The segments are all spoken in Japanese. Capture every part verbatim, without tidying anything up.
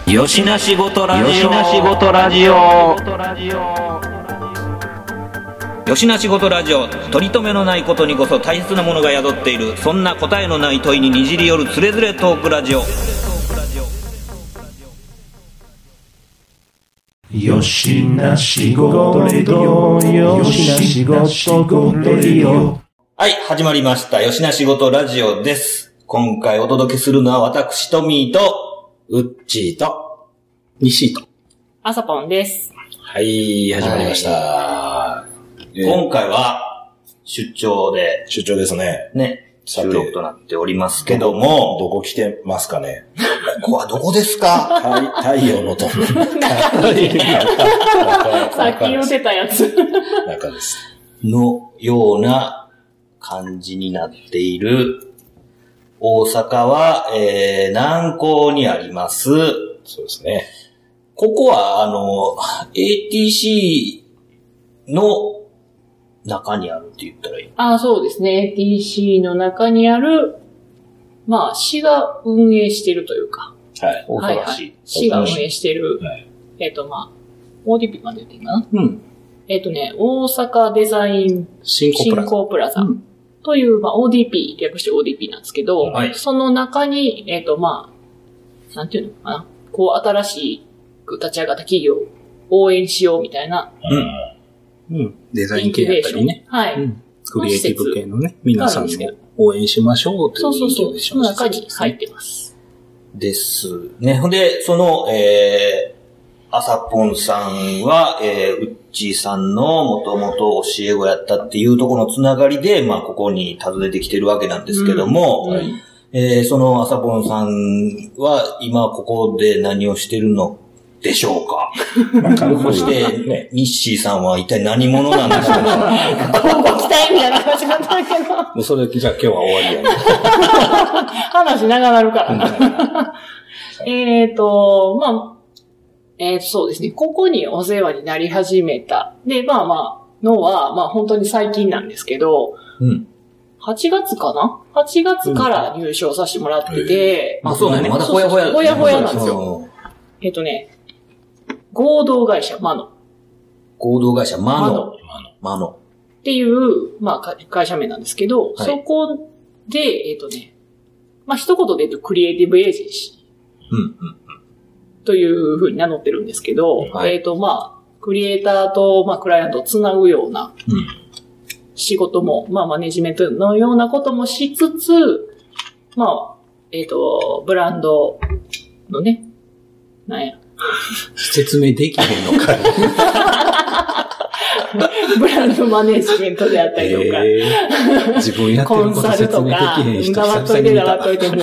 よしなしごとラジオ。よしなしごとラジオ。よしなしごとラジオ。取り留めのないことにこそ大切なものが宿っている。そんな答えのない問いににじり寄るつれづれトークラジオ。 よしなしごとレディオ。よしなしごとレディオ。 はい、始まりました。よしなしごとラジオです。今回お届けするのは私トミーとウッチーと西井とあさぽんです。 はい、始まりました。 はい、今回は出張で出張ですね。 ね、収録となっておりますけども、 どこ来てますかね。 ここはどこですか？ 太, 太陽の塔。 さっき言ってたやつ。 中です。 のような感じになっている。大阪は、えー、南港にあります。 そうですね。 ここは、あの、エーティーシー の中にあるって言ったらいい？ ああ、そうですね。エーティーシー の中にある、まあ、市が運営しているというか。 はい。 大阪市。市が運営している。はい、えっ、ー、と、まあ、オーディーピー まで言っていいかな？うん。えっ、ー、とね、大阪デザイン振興プラザ。という、まあ、オーディーピー、略して オーディーピー なんですけど、はい、その中に、えっ、ー、と、まあ、なんていうのかな、こう、新しく立ち上がった企業を応援しようみたいな。 うん。うん。デザイン系やったりね。 はい、うん。 クリエイティブ系のね、皆さんも応援しましょうという。 そうそうそう。その中に入ってます。 ですね。ほんで、その、えー、あさぽんさんは、えー、うっちーさんのもともと教え子やったっていうところのつながりで、まあ、ここに訪ねてきてるわけなんですけども、うんはい、えー、そのあさぽんさんは今ここで何をしてるのでしょうか？そして、ね、ニッシーさんは一体何者なんでしょうか？ 今後期待みたいな感じだったけど。 もうそれ、じゃあ今日は終わりやね。 話長なるからな。えっと、まあ、えー、そうですね。ここにお世話になり始めた。で、まあまあ、のは、まあ本当に最近なんですけど、うん、はちがつかな ?はち 月から入賞させてもらってて、 うん、あ、そうだね。まだほやほや。 ほやほやなんですよ。えっとね、合同会社マノ。 合同会社マノ。マノ。 っていう、まあ会社名なんですけど、はい、そこで、えっとね、まあ一言で言うとクリエイティブエージェンシー。うんうんというふうに名乗ってるんですけど、はい、えっと、まあ、クリエイターと、まあ、クライアントをつなぐような仕事も、うん、まあ、マネジメントのようなこともしつつ、まあ、えっと、ブランドのね、なんや。 説明できへんのかい。 ブランドマネジメントであったりとか。えー、自分やってること説明できへん人黙っといて黙っといても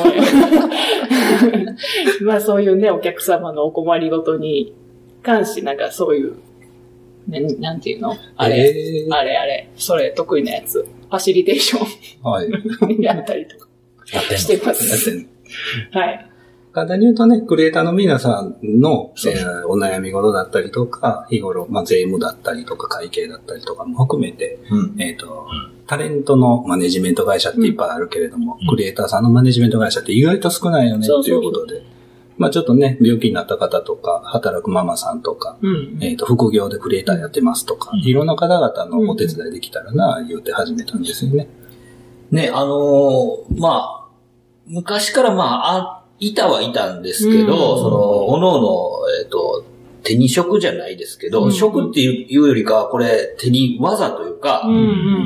まあそういうね、お客様のお困りごとに関してなんかそういう、ね、なんていうのあれ、えー、あれあれ、それ得意なやつ。ファシリテーション。はい。やったりとかしてます。はい。 簡単に言うとね、クリエイターの皆さんの、えー、お悩み事だったりとか、日頃、まあ、税務だったりとか、会計だったりとかも含めて、うん、えっと、うん、タレントのマネジメント会社っていっぱいあるけれども、うん、クリエイターさんのマネジメント会社って意外と少ないよね、ということで。まあちょっとね、病気になった方とか、働くママさんとか、うん、えっと、副業でクリエイターやってますとか、うん、いろんな方々のお手伝いできたらな、言うて始めたんですよね。 ね、あのー、まあ、昔からまあ、あ、いたはいたんですけど、うん、その、おのおの、えっと、手に職じゃないですけど、うん、職っていうよりかは、これ、手に技というか、うん、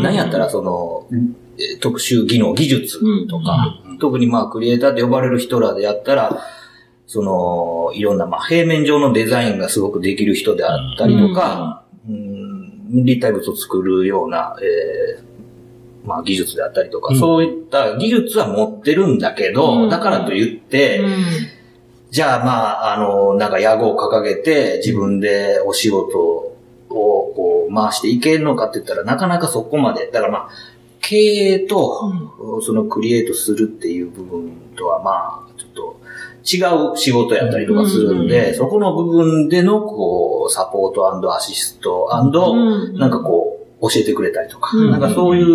なんやったらその、特殊技能、技術とか、うん、特にまあ、クリエイターって呼ばれる人らでやったら、その、いろんなまあ、平面上のデザインがすごくできる人であったりとか、うん、立体物を作るような、えーまあ技術であったりとか、うん、そういった技術は持ってるんだけど、うん、だからと言って、うん、じゃあまあ、あの、なんか野号を掲げて自分でお仕事をこう回していけるのかって言ったらなかなかそこまで、だからまあ、経営と、うん、そのクリエイトするっていう部分とはまあ、ちょっと違う仕事やったりとかするんで、うん、そこの部分でのこう、サポート&アシスト&、うん、なんかこう、教えてくれたりとか、うん、なんかそういう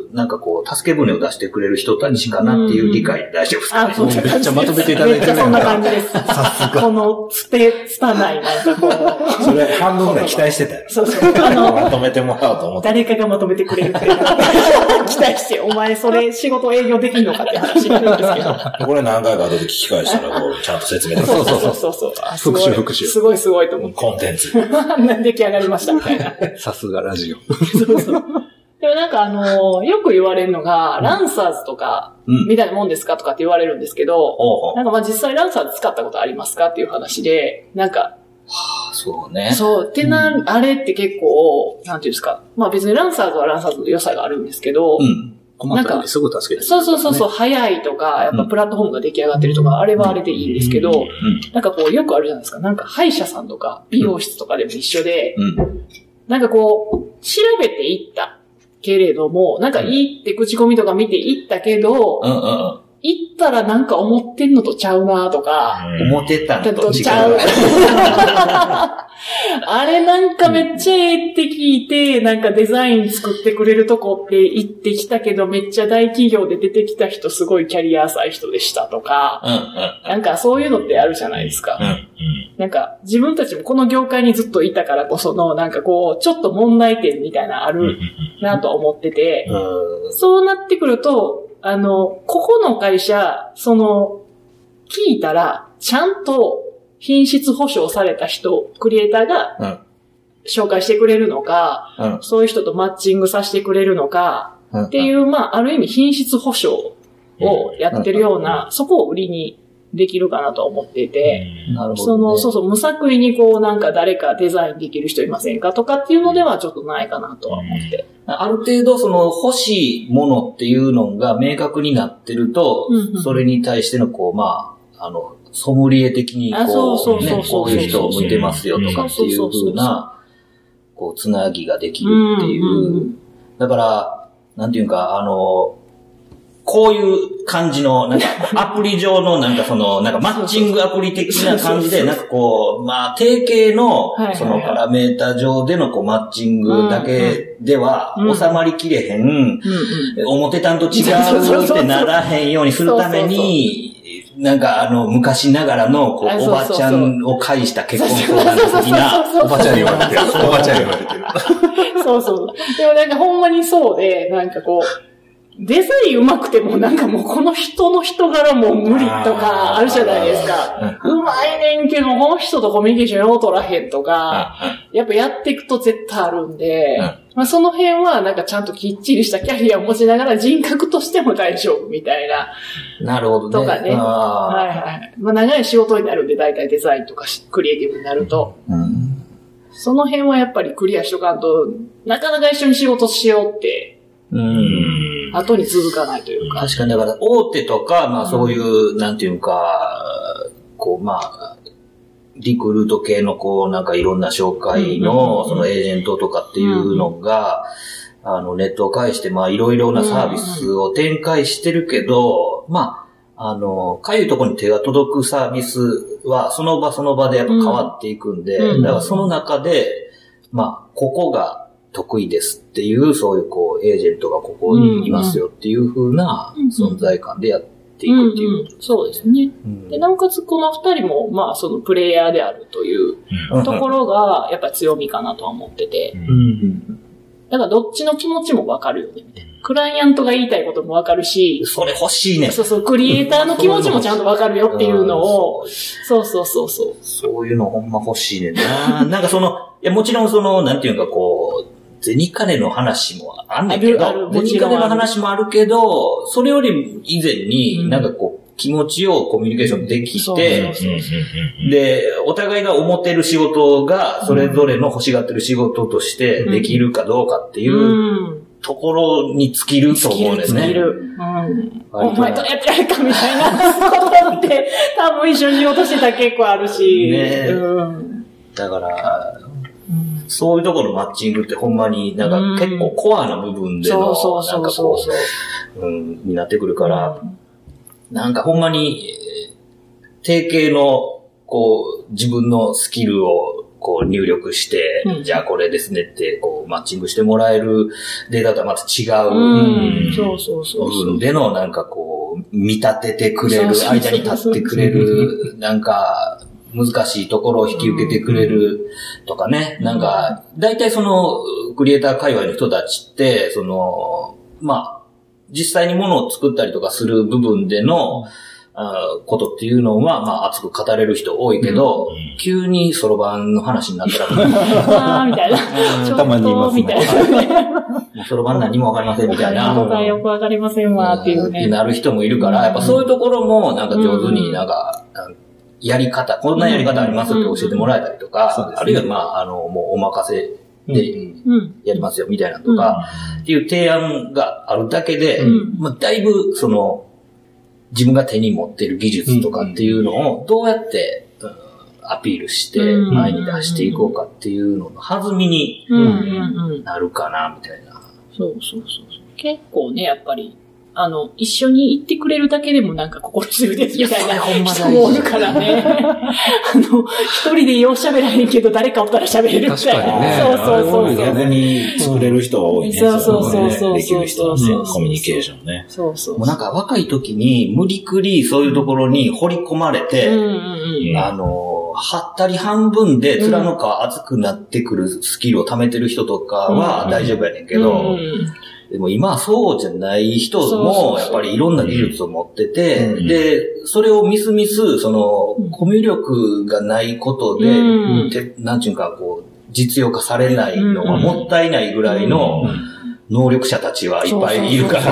なんかこう、助け舟を出してくれる人たちかなっていう理解で大丈夫ですかね。 あ、そうめっちゃまとめていただいてる。 めっちゃそんな感じです。さすが。この、つて、つたない、なんかこう。 それ半分ぐらい期待してたよ。 そうそう。あの、 まとめてもらおうと思って。 誰かがまとめてくれるっていう期待して、お前それ仕事営業できんのかって話になるんですけど。 これ何回か後で聞き返したら、こう、ちゃんと説明できる。 そうそうそうそう。 復習復習。 すごいすごいと思って。 コンテンツ。 出来上がりましたみたいな。 さすがラジオ。 そうそう。でもなんかあのー、よく言われるのが、うん、ランサーズとか、みたいなもんですかとかって言われるんですけど、うん、なんかまあ実際ランサーズ使ったことありますかっていう話で、なんか、 はあ、そうね。 そう、ってな、うん、あれって結構、なんていうんですか。まあ別にランサーズはランサーズの良さがあるんですけど、うん、 困ったらすぐ助けて、ね。 そうそうそうそう、早いとか、やっぱプラットフォームが出来上がってるとか、あれはあれでいいんですけど、うん、なんかこうよくあるじゃないですか。なんか歯医者さんとか美容室とかでも一緒で、うん、なんかこう、調べていったけれども、なんかいいって口コミとか見ていったけど、うんうん、行ったらなんか思ってんのとちゃうなとか、 思ってたのと違う。 あれなんかめっちゃええって聞いて、なんかデザイン作ってくれるとこって行ってきたけど、めっちゃ大企業で出てきた人すごいキャリア浅い人でしたとか、うんうん、なんかそういうのってあるじゃないですか。うんうん、なんか自分たちもこの業界にずっといたからこその、なんかこう、ちょっと問題点みたいなあるなと思ってて、うん、そうなってくると、あの、ここの会社、その、聞いたら、ちゃんと品質保証された人、クリエイターが紹介してくれるのか、うん、そういう人とマッチングさせてくれるのか、うん、っていう、まあ、ある意味品質保証をやってるような、うん、そこを売りにできるかなと思っていて、 うん、なるほどね、 その、そうそう、無作為にこう、なんか誰かデザインできる人いませんかとかっていうのではちょっとないかなとは思って。 ある程度その欲しいものっていうのが明確になってると、うんうん、それに対してのこう、まあ、あの、ソムリエ的にこう、ね、こういう人を向いてますよとかっていう風な、こう、つなぎができるっていう。うんうん、だから、なんていうか、あの、こういう感じの、なんか、アプリ上の、なんかその、なんかマッチングアプリ的な感じで、なんかこう、まあ、定型の、そのパラメータ上でのこう、マッチングだけでは、収まりきれへん、思ってたんと違うってならへんようにするために、なんかあの、昔ながらの、こう、おばちゃんを介した結婚相談的な、 おばちゃんに言われてる。おばちゃんに言われてる。 そうそう。でもなんかほんまにそうで、なんかこう、デザイン上手くてもなんかもうこの人の人柄も無理とかあるじゃないですか。うまいねんけど、この人とコミュニケーションよう取らへんとか、やっぱやっていくと絶対あるんで、まあその辺はなんかちゃんときっちりしたキャリアを持ちながら人格としても大丈夫みたいな。 なるほどね。 とかね。はいはい。まあ長い仕事になるんで大体デザインとかクリエイティブになると。うん、その辺はやっぱりクリアしとかんと、なかなか一緒に仕事しようって、うん後に続かないというか。 確かに、だから大手とか、まあそういう、うん、なんていうか、こうまあ、リクルート系のこうなんかいろんな紹介のそのエージェントとかっていうのが、あのネットを介してまあいろいろなサービスを展開してるけど、まあ、あの、かゆいところに手が届くサービスはその場その場でやっぱ変わっていくんで、だからその中で、まあ、ここが得意ですっていう、そういうこう、エージェントがここにいますよっていう風な存在感でやっていくっていう。 うんうん、そうですね、うん。で、なおかつこの二人も、まあ、そのプレイヤーであるというところが、やっぱり強みかなとは思ってて。うんうん、だからどっちの気持ちもわかるよね、みたいな。クライアントが言いたいこともわかるし、 それ欲しいね。 そうそう、クリエイターの気持ちもちゃんとわかるよっていうのを、そうそうそうそう。 そういうのほんま欲しいねんな。なんかその、いやもちろんその、なんていうかこう、銭金の話もあんねんけど、銭金の話もあるけど、それより以前に、なんかこう、気持ちをコミュニケーションできて、で、お互いが思ってる仕事が、それぞれの欲しがってる仕事としてできるかどうかっていうところに尽きると思うんですね。尽きる。うん。 お前とやってられるかみたいなことって、多分一緒に仕事してたら結構あるし。 ね、うん、だから、そういうところのマッチングってほんまになんか結構コアな部分でのなんかこう、うん、になってくるから、なんかほんまに定型のこう自分のスキルをこう入力して、うん、じゃあこれですねって、こうマッチングしてもらえるデータとはまた違う。 うん、そうそうそうそう。 でのなんかこう、見立ててくれる、間に立ってくれる、なんか、難しいところを引き受けてくれるとかね。なんか、大体その、クリエイター界隈の人たちって、その、まあ、実際にものを作ったりとかする部分での、ことっていうのは、まあ、熱く語れる人多いけど、うん、急にそろばんの話になったら、 あーみたいな。 たまにいますね。みたいな。そろばん何もわかりませんみたいな。 そうだ、よくわかりませんわ、っていうね。 ってなる人もいるから、やっぱそういうところも、なんか上手になんか、うんやり方、こんなやり方ありますって教えてもらえたりとか、うんうん、あるいはまあ、あの、もうお任せでやりますよみたいなとか、うん、っていう提案があるだけで、うん、まあ、だいぶその、自分が手に持っている技術とかっていうのをどうやって、うん、アピールして前に出していこうかっていうのの弾みになるかな、みたいな。 そうそうそう。結構ね、やっぱり、あの、一緒に行ってくれるだけでもなんか心強いですみたいな人もおるからね。あの、一人でよう喋らへんけど誰かおったら喋れるみたいな。確かにね。そうそうそう。 逆に作れる人は多いね。 そうそうそうそう。 できる人はね、コミュニケーションね。 そうそう。 もうなんか若い時に無理くりそういうところに掘り込まれて、あの、はったり半分で面の皮熱くなってくるスキルを貯めてる人とかは大丈夫やねんけど、でも今はそうじゃない人も、やっぱりいろんな技術を持ってて、うん、で、それをミスミス、その、コミュ力がないことで、うん、てなんちゅうか、こう、実用化されないのはもったいないぐらいの能力者たちはいっぱいいるから、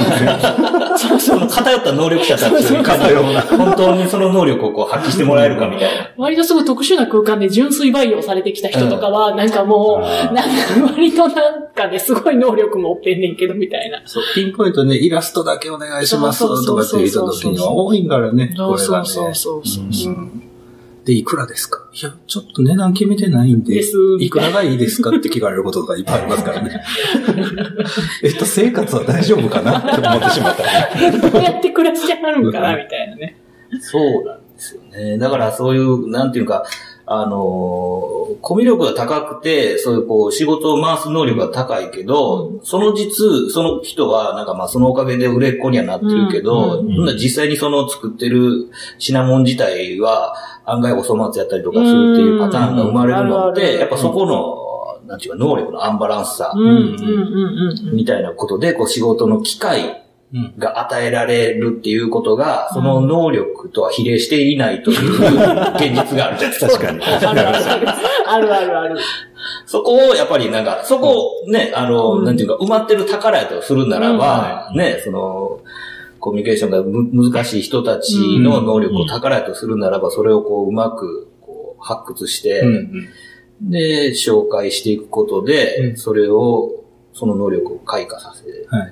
その偏った能力者たちが本当にその能力をこう発揮してもらえるかみたいな。 割とすごい特殊な空間で純粋培養されてきた人とかは、なんかもう、なんか割となんかね、すごい能力持ってんねんけどみたいな。 そう、ピンポイントね、イラストだけお願いしますとかって言った時には多いからね、これがね。そうそうそうそう。で、いくらですか？いや、ちょっと値段決めてないんで、いくらがいいですかって聞かれることがいっぱいありますからね。えっと、生活は大丈夫かなって思ってしまった、 ね。どうやって暮らしてはるんかなみたいなね。 そうなんですよね。だからそういう、なんていうか、あの、コミュ力が高くて、そういうこう、仕事を回す能力が高いけど、うん、その実、その人は、なんかまあそのおかげで売れっ子にはなってるけど、うんうん、実際にその作ってる品物自体は、案外お粗末やったりとかするっていうパターンが生まれるのって、やっぱそこの、なんていうか、能力のアンバランスさ、みたいなことで、こう仕事の機会が与えられるっていうことが、その能力とは比例していないという現実があるじゃないですか。確かに。 あるあるある。あるある。 そこをやっぱりなんか、そこをね、あの、なんていうか、埋まってる宝やとするならば、ね、その、コミュニケーションがむ難しい人たちの能力を宝やとするならば、それをこう、うまくこう発掘して、で、紹介していくことで、それを、その能力を開花させて、はい、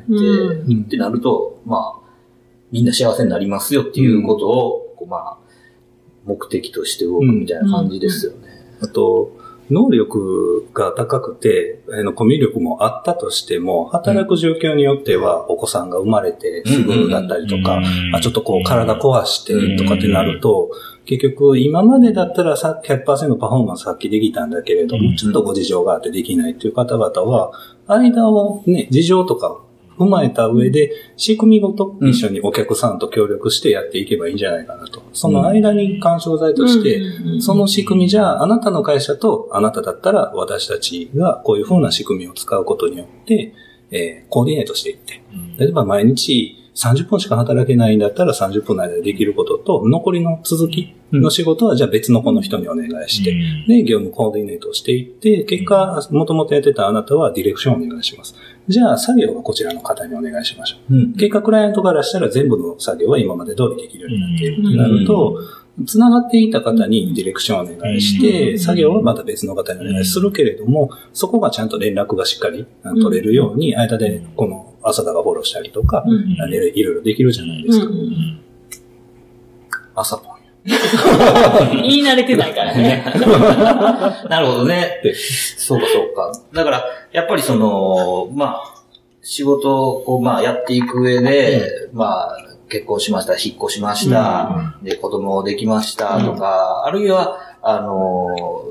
ってなると、まあ、みんな幸せになりますよっていうことを、こうまあ、目的として動くみたいな感じですよね。 うん、あと、能力が高くて、コミュ力もあったとしても、働く状況によっては、お子さんが生まれてすぐだったりとか、まあ、ちょっとこう体壊してとかってなると、結局今までだったら ひゃくパーセント パフォーマンス発揮できたんだけれども、ちょっとご事情があってできないっていう方々は、間をね、事情とか踏まえた上で、仕組みごと一緒にお客さんと協力してやっていけばいいんじゃないかなと。その間に干渉剤として、その仕組みじゃあ、あなたの会社とあなただったら私たちがこういう風な仕組みを使うことによって、えー、コーディネートしていって、例えば毎日さんじゅっぷんしか働けないんだったらさんじゅっぷんの間でできることと、残りの続きの仕事はじゃあ別の子の人にお願いして、で、業務コーディネートをしていって、結果、もともとやってたあなたはディレクションをお願いします。じゃあ作業はこちらの方にお願いしましょう。うん、結果、クライアントからしたら全部の作業は今まで通りできるようになっているとなると、つながっていた方にディレクションをお願いして、作業はまた別の方にお願いするけれども、そこがちゃんと連絡がしっかり取れるように、間でこの朝田がフォローしたりとか、いろいろできるじゃないですか。朝ポン言い慣れてないからね。 なるほどね。そうかそうか。だから、やっぱりその、まあ、仕事をこう、まあ、やっていく上で、うん、まあ、結婚しました、引っ越しました、うん、で、子供できましたとか、うん、あるいは、あの、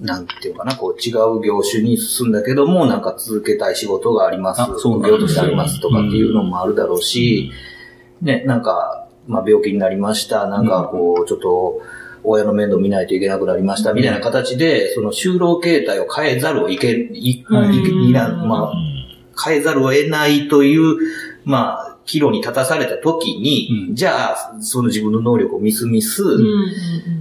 なんていうかな、こう違う業種に進んだけども、なんか続けたい仕事があります、副業としてありますとかっていうのもあるだろうし、ね、なんか、まあ病気になりました、なんかこう、ちょっと、親の面倒見ないといけなくなりましたみたいな形で、その就労形態を変えざるをいけ、い、い、まあ、変えざるを得ないという、まあ、岐路に立たされた時に、うん、じゃあ、その自分の能力をみすみす、うん、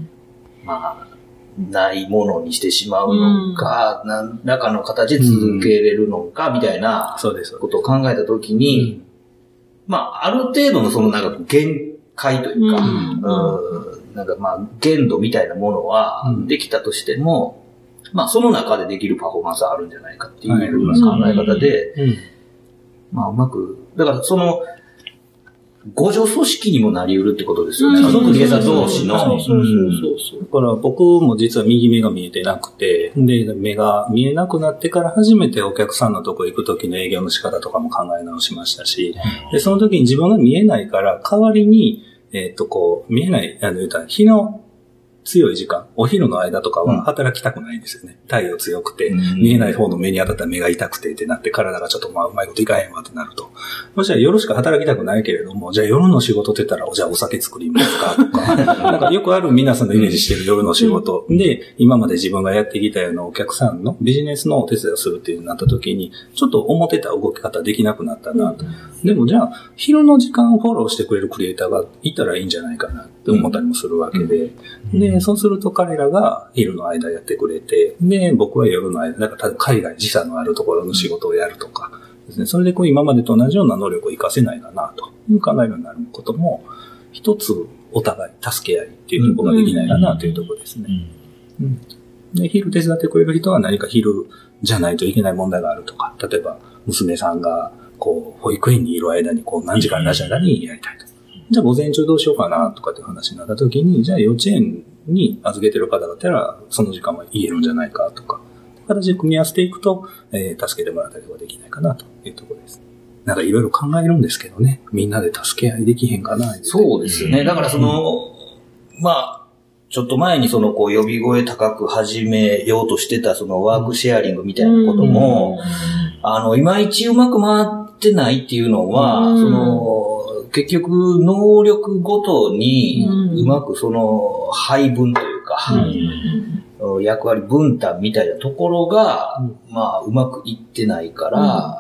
まあ、ないものにしてしまうのか、うん、何らかの形で続けれるのか、みたいなことを考えた時に、うん、まあ、ある程度のそのなんか限界というか、うんうんなんかまあ限度みたいなものはできたとしても、うん、まあその中でできるパフォーマンスはあるんじゃないかっていうような考え方で、うんうん、まあうまく、だからその互助組織にもなり得るってことですよね。そのクリエイター同士の。 そうそうそう。だから僕も実は右目が見えてなくて、で、目が見えなくなってから初めてお客さんのとこ行くときの営業の仕方とかも考え直しましたし、で、その時に自分が見えないから代わりにえっと、こう、見えない、あの、言うたら、日の強い時間、お昼の間とかは働きたくないんですよね。うん、太陽強くて、うん、見えない方の目に当たったら目が痛くてってなって、体がちょっとまあうまいこといかへんわってなると。そしたら夜しか働きたくないけれども、じゃあ夜の仕事って言ったら、じゃあお酒作りますかとか、なんかよくある皆さんのイメージしてる夜の仕事、うん、で、今まで自分がやってきたようなお客さんのビジネスのお手伝いをするっていうなった時に、ちょっと思ってた動き方できなくなったなと。うん、でもじゃあ、昼の時間をフォローしてくれるクリエイターがいたらいいんじゃないかなって思ったりもするわけで、うん、で、そうすると彼らが昼の間やってくれて、で、僕は夜の間、だから海外時差のあるところの仕事をやるとかですね、それでこう今までと同じような能力を活かせないかなという考えるようになることも、一つお互い助け合いっていうところができないかなというところですね。うんうんうん、で、昼手伝ってくれる人は何か昼じゃないといけない問題があるとか、例えば娘さんがこう保育園にいる間にこう何時間何時間にやりたいと。じゃあ午前中どうしようかなとかっていう話になった時に、じゃあ幼稚園に預けてる方だったらその時間は言えるんじゃないかとか、形で組み合わせていくと、えー、助けてもらったりとかできないかなというところです。なんかいろいろ考えるんですけどね、みんなで助け合いできへんかな。 そうですよね。だからその、うん、まあ、ちょっと前にそのこう呼び声高く始めようとしてたそのワークシェアリングみたいなことも、うん、あの、いまいちうまく回ってないっていうのは、うん、その、結局能力ごとにうまくその配分というか、うん、役割分担みたいなところが、うん、まあうまくいってないから、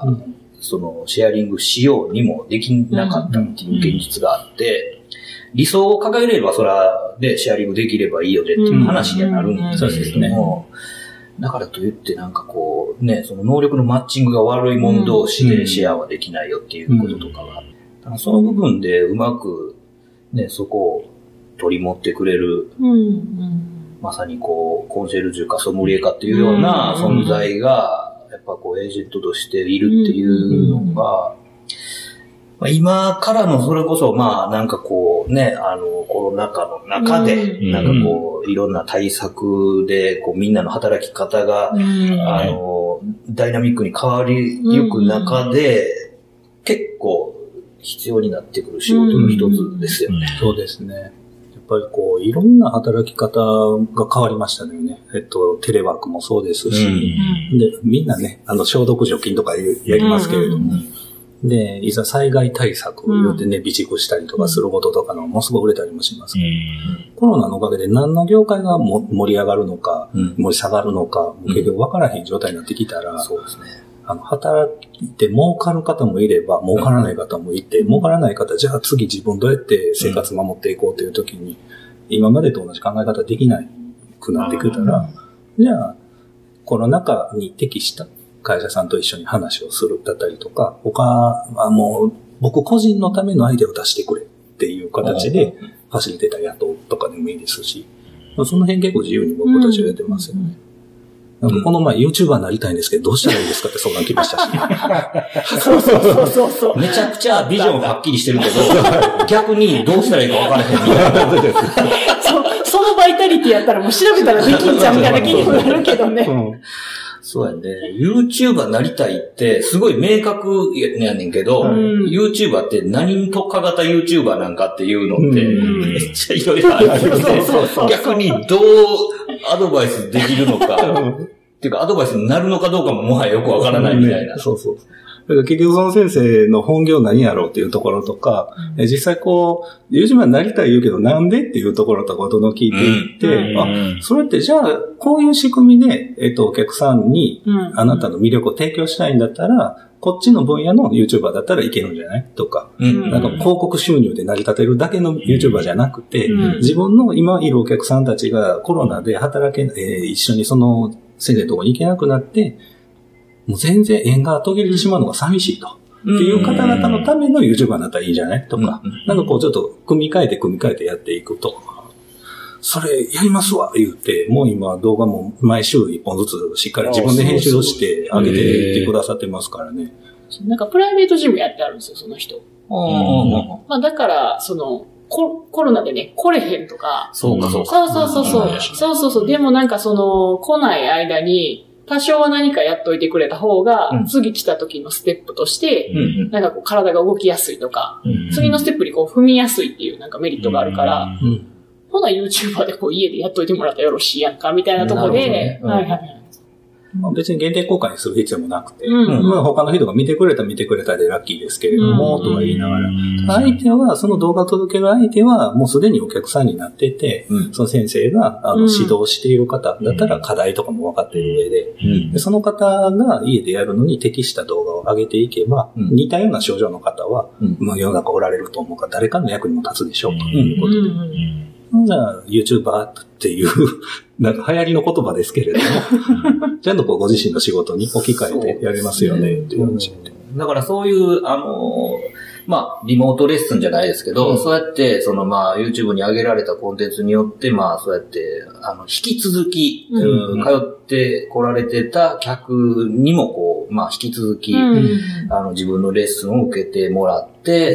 うん、そのシェアリングしようにもできなかったっていう現実があって、理想を掲げればそれはでシェアリングできればいいよねっていう話にはなるんですけども、だからといってなんかこうね、その能力のマッチングが悪い者同士でシェアはできないよっていうこととかがあって、その部分でうまくね、そこを取り持ってくれる、うんうん、まさにこう、コンシェルジュかソムリエかっていうような存在が、やっぱこう、エージェントとしているっていうのが、まあ、今からのそれこそ、まあなんかこうね、あの、コロナ禍の中で、なんかこう、いろんな対策で、こう、みんなの働き方が、あの、ダイナミックに変わりゆく中で、結構、必要になってくる仕事の一つですよね、 うん。そうですね。やっぱりこう、いろんな働き方が変わりましたよね。えっと、テレワークもそうですし、うん、で、みんなね、あの、消毒除菌とかやりますけれども、うん、で、いざ災害対策を言ってね、備蓄したりとかすることとかのもすごく売れたりもしますけど、うん、コロナのおかげで何の業界がも盛り上がるのか、うん、盛り下がるのか、結局分からへん状態になってきたら、 そうですね。 あの、働いて儲かる方もいれば、儲からない方もいて、儲からない方、じゃあ次自分どうやって生活守っていこうというときに、今までと同じ考え方できなくなってくるら、じゃあ、コロナ禍に適した会社さんと一緒に話をするだったりとか、他はもう、僕個人のためのアイデアを出してくれっていう形で、ファシリテーター雇うとかでもいいですし、その辺結構自由に僕たちはやってますよね。なんかこの前 YouTuber になりたいんですけど、どうしたらいいですかって相談来ましたし。 そうそうそうそう。 めちゃくちゃビジョンはっきりしてるけど、逆にどうしたらいいか分からへんみたいな。 そ, そのバイタリティやったらもう調べたらできんじゃんみたいな気にもなるけどね。うん、 そうやね。YouTuber になりたいってすごい明確やねんけど、うん、YouTuber って何に特化型 YouTuber なんかっていうのってめっちゃいろいろあるんで、逆にどうアドバイスできるのか、っていうかアドバイスになるのかどうかももはやよくわからないみたいな。 ね、そうそう。だから結局その先生の本業何やろうっていうところとか、うん、実際こう、YouTube になりたい言うけどなんでっていうところとかをどんどん聞いていって、うん、あ、それってじゃあ、こういう仕組みで、えっと、お客さんにあなたの魅力を提供したいんだったら、こっちの分野の YouTuber だったらいけるんじゃないとか、うん、なんか広告収入で成り立てるだけの YouTuber じゃなくて、うん、自分の今いるお客さんたちがコロナで働け、えー、一緒にその先生のところに行けなくなって、もう全然縁が途切れてしまうのが寂しいと。っていう方々のための YouTuber になったらいいんじゃないとか、なんかこうちょっと組み替えて組み替えてやっていくと。それやりますわ言って、もう今動画も毎週一本ずつしっかり自分で編集をして上げていってくださってますからね。 なんかプライベートジムやってあるんですよ、その人。まあだから、その、コ, コロナでね、来れへんとか。 そうか、そうか。そうそうそうそう。そうそうそう。でもなんかその、来ない間に、多少は何かやっといてくれた方が、うん、次来た時のステップとして、うん、なんかこう体が動きやすいとか、うん、次のステップにこう踏みやすいっていうなんかメリットがあるから、うん、ほな YouTuber でこう家でやっといてもらったらよろしいやんか、みたいなところで、ねうん、はいはい。 まあ、別に限定公開にする必要もなくて、うんまあ、他の人が見てくれたら見てくれたでラッキーですけれども、うん、とは言いながら、相手は、その動画を届ける相手は、もうすでにお客さんになってて、うん、その先生があの指導している方だったら課題とかも分かっている上で、うん、でその方が家でやるのに適した動画を上げていけば、うん、似たような症状の方は、うん、もう世の中おられると思うから誰かの役にも立つでしょうということで。うんうんじゃあ、YouTuber っていう、なんか流行りの言葉ですけれども、ちゃんとこうご自身の仕事に置き換えてやれますよね、っていう話で。 だからそういう、あの、まあ、リモートレッスンじゃないですけど、うん、そうやって、そのまあ、YouTube に上げられたコンテンツによって、まあ、そうやって、あの、引き続き、うん、通って来られてた客にも、こう、まあ、引き続き、うん、あの、自分のレッスンを受けてもらって、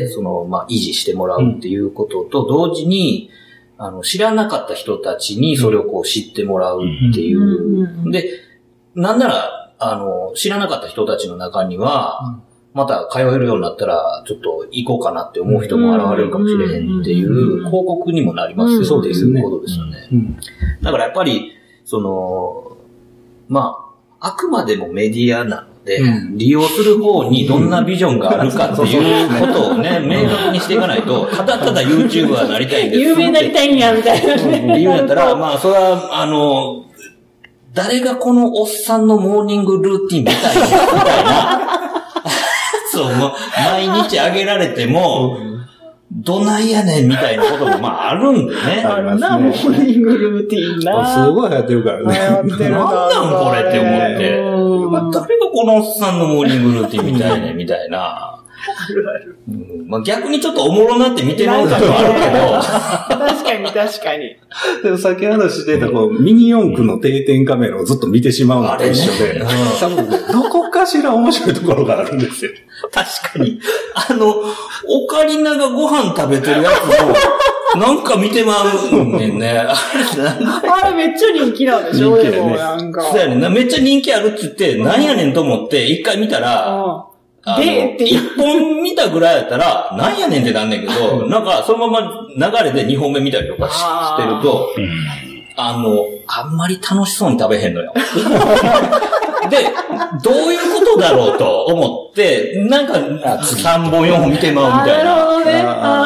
その、まあ、維持してもらうっていうことと同時に、あの、知らなかった人たちにそれをこう知ってもらうっていう。で、なんなら、あの、知らなかった人たちの中には、また通えるようになったら、ちょっと行こうかなって思う人も現れるかもしれへんっていう広告にもなりますよね。そうですね。ことですよね。だからやっぱり、その、まあ、あくまでもメディアなので、うん、利用する方にどんなビジョンがあるかっていうことをね、明確にしていかないと、ただただ YouTuber になりたいんです。 有名になりたいんや、みたいなね。 理由だったら、まあ、それは、あの、誰がこのおっさんのモーニングルーティンみたいな、みたいな。そう、もう、毎日あげられても、どないやねんみたいなこともまああるんでね。 あるな、モーニングルーティンな。 すごい流行ってるからね。 流行ってるな。 なんなんこれって思って。誰がこのおっさんのモーニングルーティンみたいね、みたいな。 あるある。 うん、まあ逆にちょっとおもろなって見てない感もあるけど。確かに確かに。 でもさっき話してたこうミニ四駆の定点カメラをずっと見てしまうのと一緒で、多分ね、どこかしら面白いところがあるんですよ。 確かに。あの、オカリナがご飯食べてるやつを、なんか見てまうんねんね。あれめっちゃ人気なんでしょ、でもなんか。 そうやねんな。めっちゃ人気あるって言って、なんやねんと思って一回見たら、で、って一本見たぐらいやったら、なんやねんってなんねんけど、なんかそのまま流れで二本目見たりとかしてると、あの、あんまり楽しそうに食べへんのよ。で、どういうことだろうと思って、なんかさんぼんよんほん見てまうみたいな。 なるほどね。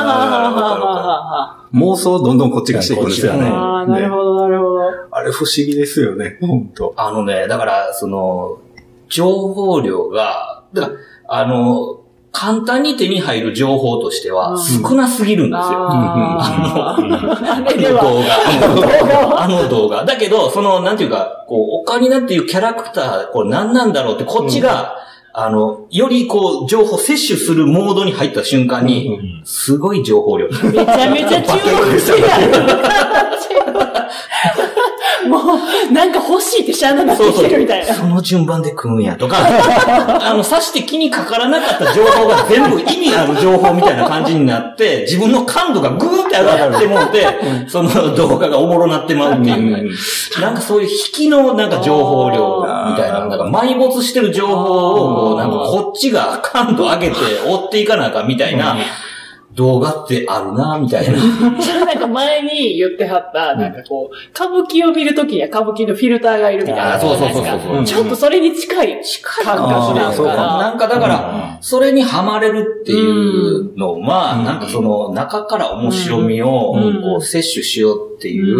妄想どんどんこっちがしていくんですよね。 ああ、なるほど、なるほど。 あれ不思議ですよね、本当。 あのね、だから、その、情報量が、だからあの、簡単に手に入る情報としては少なすぎるんですよ。あの、あの動画。あの動画。だけど、その、なんていうか、こう、オカリナっていうキャラクター、これ何なんだろうって、こっちが、うん、あの、よりこう、情報摂取するモードに入った瞬間に、うん、すごい情報量。 めちゃめちゃ注目してやる。もう、なんか欲しいってしゃあなくなってきてるみたいな。 そうそう。その順番で食うんやとか、あの、さして気にかからなかった情報が全部意味ある情報みたいな感じになって、自分の感度がグーって上がってもうて、その動画がおもろなってまうっていう、ね、なんかそういう引きのなんか情報量みたいな、なんか埋没してる情報を、なんかこっちが感度上げて追っていかなあかんみたいな、 動画ってあるな、みたいな。 なんか前に言ってはった、なんかこう、歌舞伎を見るときには歌舞伎のフィルターがいるみたいな。 そうそうそうそう。 ちょっとそれに近い、近い感覚なんかな。 なんかだから、それにハマれるっていうのは、なんかその中から面白みをこう摂取しようっていう、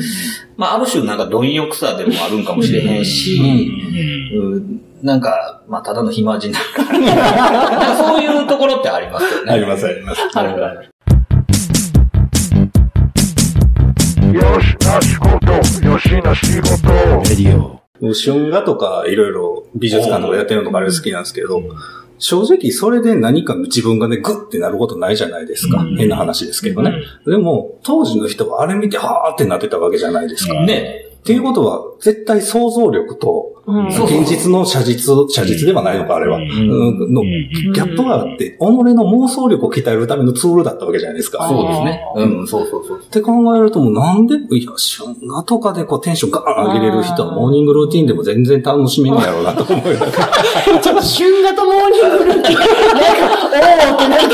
まあある種なんか貪欲さでもあるんかもしれへんし、なんか、まあ、ただの暇人だから。そういうところってありますよね。 あります、あります。 あるある。 よしな仕事、よしな仕事。レディオ。 春画とかいろいろ美術館とかやってるのとかあれ好きなんですけど、正直それで何か自分がね、グッてなることないじゃないですか。変な話ですけどね。でも、当時の人はあれ見て、はーってなってたわけじゃないですか。 ね。 っていうことは、絶対想像力と、現実の写実、写実ではないのか、あれは。のギャップがあって、己の妄想力を鍛えるためのツールだったわけじゃないですか。 そうですね。うん、そうそうそう。 って考えるともうなんで、いや、春画とかでこうテンションガーン上げれる人はモーニングルーティンでも全然楽しめんやろうなと思うよ。 ちょっと春画とモーニングルーティン。なんか、おーってなん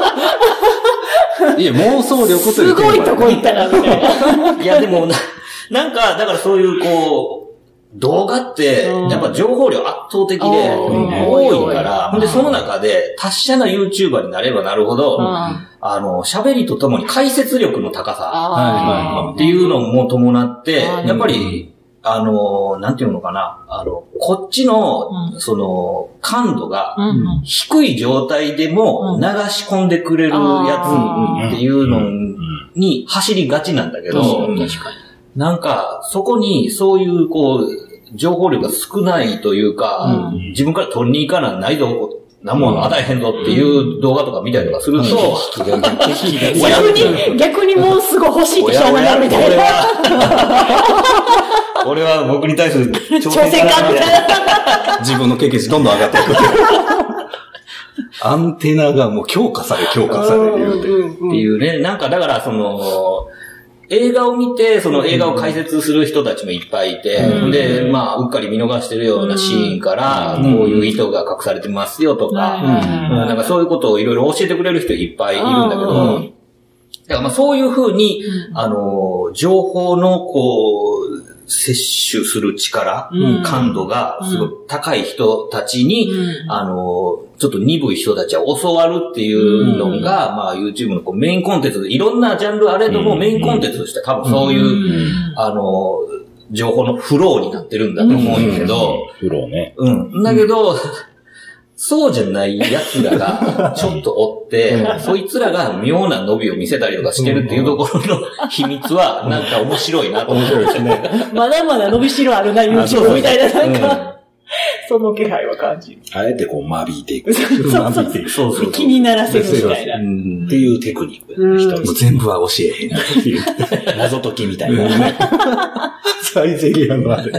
か。 いや、妄想力というか。 すごいとこ行ったな、みたいな。 いや、でもな、なんか、だからそういうこう、動画って、やっぱ情報量圧倒的で多いから、で、その中で達者な YouTuber になればなるほど、あの、喋りとともに解説力の高さっていうのも伴って、やっぱり、あの、なんていうのかな、あの、こっちの、その、感度が低い状態でも流し込んでくれるやつっていうのに走りがちなんだけど、なんか、そこに、そういう、こう、情報量が少ないというか、うん、自分から取りに行かないぞ、何も与えへんぞっていう動画とか見たりとかすると、 逆に、逆にもうすぐ欲しいってしょうがないみたいな。 俺は僕に対する挑戦かみたいな。 自分の経験値どんどん上がっていく。アンテナがもう強化され、強化されるっていうね。なんかだからその、映画を見て、その映画を解説する人たちもいっぱいいて、うん、で、まあ、うっかり見逃してるようなシーンから、こういう意図が隠されてますよとか、うんうん、なんかそういうことをいろいろ教えてくれる人いっぱいいるんだけど、だからまあそういうふうに、あの、情報のこう、摂取する力、うん、感度がすごい高い人たちに、うん、あの、ちょっと鈍い人たちは教わるっていうのが、うん、まあ YouTube のこうメインコンテンツで、いろんなジャンルあれどもメインコンテンツとして多分そういう、うん、あの、情報のフローになってるんだと思うんだけど、 フローね。 うん。だけど、うん、そうじゃない奴らがちょっとおって、そいつらが妙な伸びを見せたりとかしてるっていうところの秘密は、なんか面白いなと思ってですね。 まだまだ伸びしろあるな、YouTube みたいな、なんか、その気配は感じる。 あえてこう間引いていく。 そうそうそうそう。気にならせるみたいな。 っていうテクニックだね、一つ。 全部は教えへんっていう。 謎解きみたいな。 サイゼリアのあれ。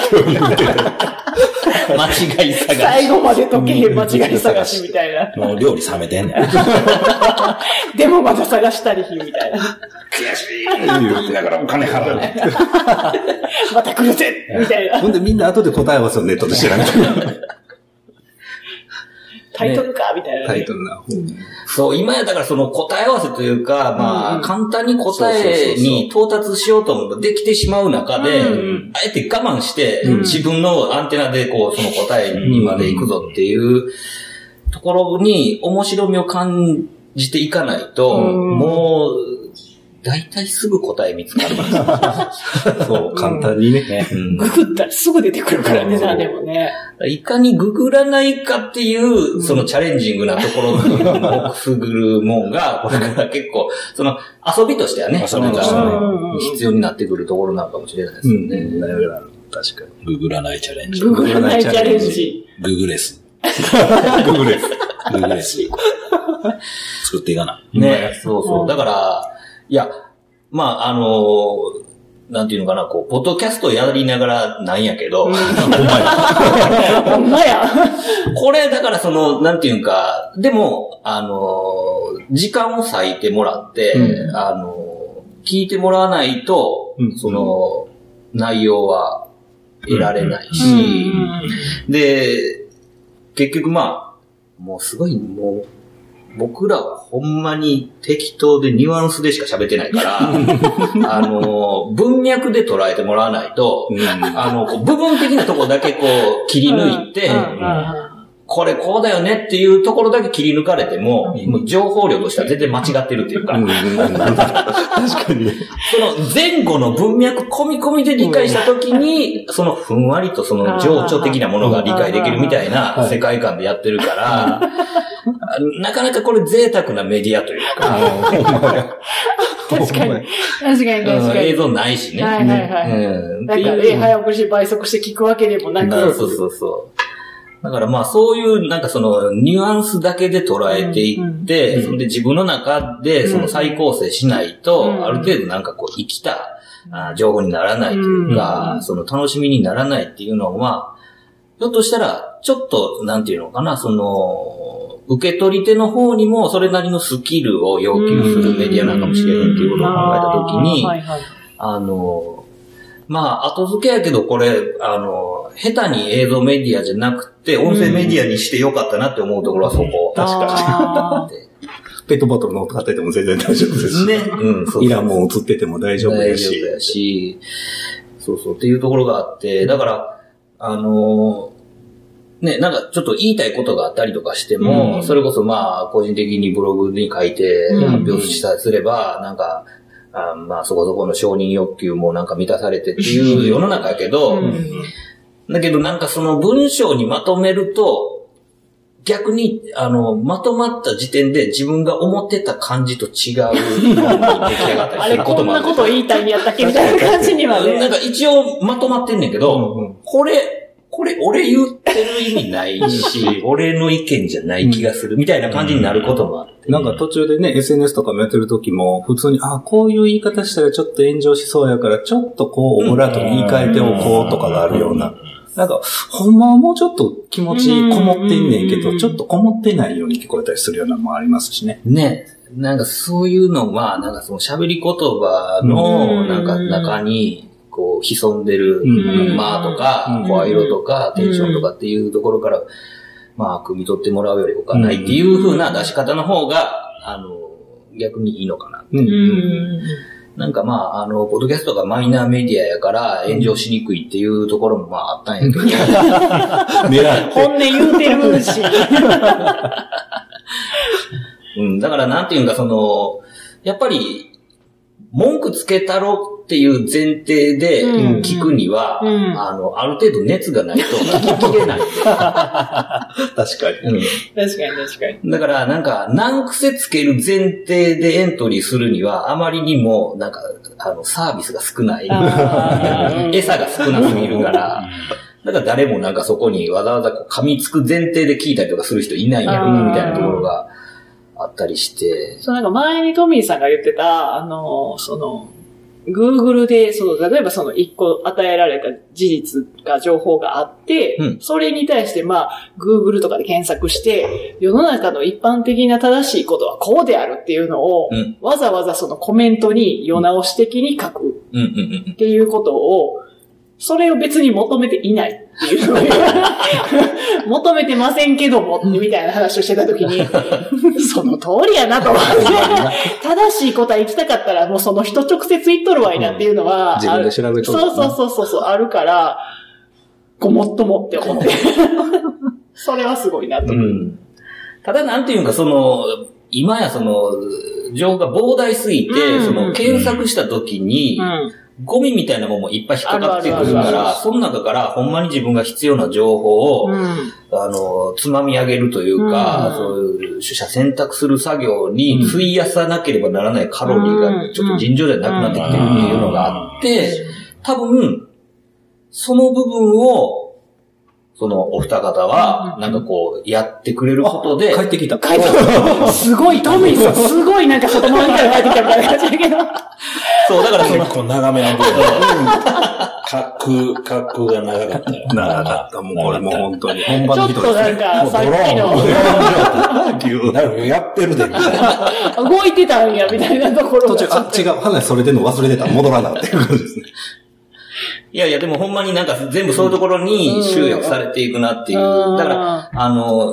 間違い探し。 最後まで解けへん間違い探しみたいな。 もう料理冷めてんねん。 でもまだ探したりひみたいな。 悔しい言いながらお金払うね。 また来るぜみたいな。 ほんでみんな後で答え合わせをネットで知らない。 タイトルかみたいな、ね。 タイトルな。 そう、今やだからその答え合わせというか、まあ、うん、簡単に答えに到達しようと思うとできてしまう中で、うん、あえて我慢して、うん、自分のアンテナでこう、その答えにまで行くぞっていうところに面白みを感じていかないと、うん、もう、だいたいすぐ答え見つかる。 そう、簡単にね。 うん、ググったらすぐ出てくるからね、な、でもね。 いかにググらないかっていう、そのチャレンジングなところをくぐるもんが、これから結構、その遊びとしてはね、それが必要になってくるところなのかもしれないですよね。 うん、確かに。 ググらないチャレンジ。 ググらないチャレンジ。 ググレス。 ググレス。 ググレス。作っていかない。 ね、そうそう。だから、いや、まあ、あのー、なんていうのかな、こう、ポッドキャストやりながらなんやけど、ほんまや。ほんまや。 これ、だからその、なんていうか、でも、あのー、時間を割いてもらって、うん、あのー、聞いてもらわないと、うん、その、内容は得られないし、うん、で、結局まあ、もうすごい、もう、 僕らはほんまに適当でニュアンスでしか喋ってないから、あの、文脈で捉えてもらわないと、うん、あの、部分的なところだけこう切り抜いて、うんうんこれこうだよねっていうところだけ切り抜かれても、うん、もう情報量としては全然間違ってるっていうか。うん、確かに。 その前後の文脈込み込みで理解したときに、そのふんわりとその情緒的なものが理解できるみたいな世界観でやってるから、なかなかこれ贅沢なメディアというか。 確かに。確かに確かに。 映像ないしね。 はいはいはい。うん、なんか、え、早送りして倍速して聞くわけでもなく。 そうそうそう。だからまあそういうなんかそのニュアンスだけで捉えていって、うんうん、それで自分の中でその再構成しないと、うん、ある程度なんかこう生きた情報にならないというか、うん、その楽しみにならないっていうのは、ひょっとしたらちょっとなんていうのかな、その受け取り手の方にもそれなりのスキルを要求するメディアなのかもしれないっていうことを考えたときに、あの、まあ、後付けやけどこれ、あの、下手に映像メディアじゃなくて、音声メディアにしてよかったなって思うところはそこ。 確かに。ペットボトルの音買ってても全然大丈夫ですし。ね。うん、そうそう。いらんもん映ってても大丈夫だし。 大丈夫だし。そうそうっていうところがあって、だから、あの、ね、なんかちょっと言いたいことがあったりとかしても、うん、それこそまあ、個人的にブログに書いて発表したりすれば、うん、なんか、あまあそこそこの承認欲求もなんか満たされてっていう世の中やけど、うん、だけどなんかその文章にまとめると、逆にあの、まとまった時点で自分が思ってた感じと違う出来上がったりすることもある。 あれこんなこと言いたいんやったっけみたいな感じにはね。 なんか一応まとまってんねんけど、うんうん、これ、これ俺言ってる意味ないし、俺の意見じゃない気がするみたいな感じになることもあって。 なんか途中でね、エスエヌエス とかもやってる時も、普通に、あ、こういう言い方したらちょっと炎上しそうやから、ちょっとこう、オブラートに言い換えておこうとかがあるような。なんか、ほんまはもうちょっと気持ちこもってんねんけど、ちょっとこもってないように聞こえたりするようなのもありますしね。 ね。なんかそういうのは、なんかその喋り言葉の、なんか中に、こう、潜んでる、間とか、声色とか、テンションとかっていうところから、まあ、汲み取ってもらうより他ないっていう風な出し方の方が、あの、逆にいいのかなっていう。なんかまあ、あの、ポッドキャストがマイナーメディアやから炎上しにくいっていうところもまああったんやけど。 本音言うてるし。 うん、だからなんていうんかその、やっぱり、文句つけたろっていう前提で聞くには、うんうん、あの、ある程度熱がないと聞ききれない。 確かに、 うん。確かに確かに。 だからなんか、難癖つける前提でエントリーするには、あまりにも、なんか、あの、サービスが少ない。餌が少なすぎるから、だから誰もなんかそこにわざわざこう噛みつく前提で聞いたりとかする人いないんやろな、みたいなところがあったりして。 そう、なんか前にトミーさんが言ってた、あの、その、Google で、その、例えばその一個与えられた事実が、情報があって、うん、それに対して、まあ、Google とかで検索して、世の中の一般的な正しいことはこうであるっていうのを、うん、わざわざそのコメントに世直し的に書くっていうことを、それを別に求めていないっていうのを求めてませんけども、みたいな話をしてたときに、その通りやなと思って、正しい答え行きたかったらもうその人直接言っとるわいなっていうのは、 自分で調べとる、 そうそうそうそう、あるから、ごもっともって思って。それはすごいなと思う。うん、 ただなんていうか、その、今やその、情報が膨大すぎて、うん、その検索したときに、うんゴミみたいなものもいっぱい引っかかってくるから、その中からほんまに自分が必要な情報を、うん、あの、つまみ上げるというか、うん、そういう取捨選択する作業に費やさなければならないカロリーがちょっと尋常じゃなくなってきてるっていうのがあって、多分、その部分を、そのお二方は、なんかこう、やってくれることで、 帰ってきた。 帰ってきた。すごい、トミーさん、すごいなんか外回りから帰ってきたみたいな感じだけど。 そう、だからその、結構長めの部分。滑空、滑空が長かったよ。 長かった。もうこれもう本当に。 本番の人ですね。ちょっとなんか、さっきの。やってるで、みたいな。動いてたんや、みたいなところ。 途中、あ、違う、話それてんの忘れてた。戻らなっていうことですね。 いやいや、でもほんまになんか全部そういうところに集約されていくなっていう。だから、あの、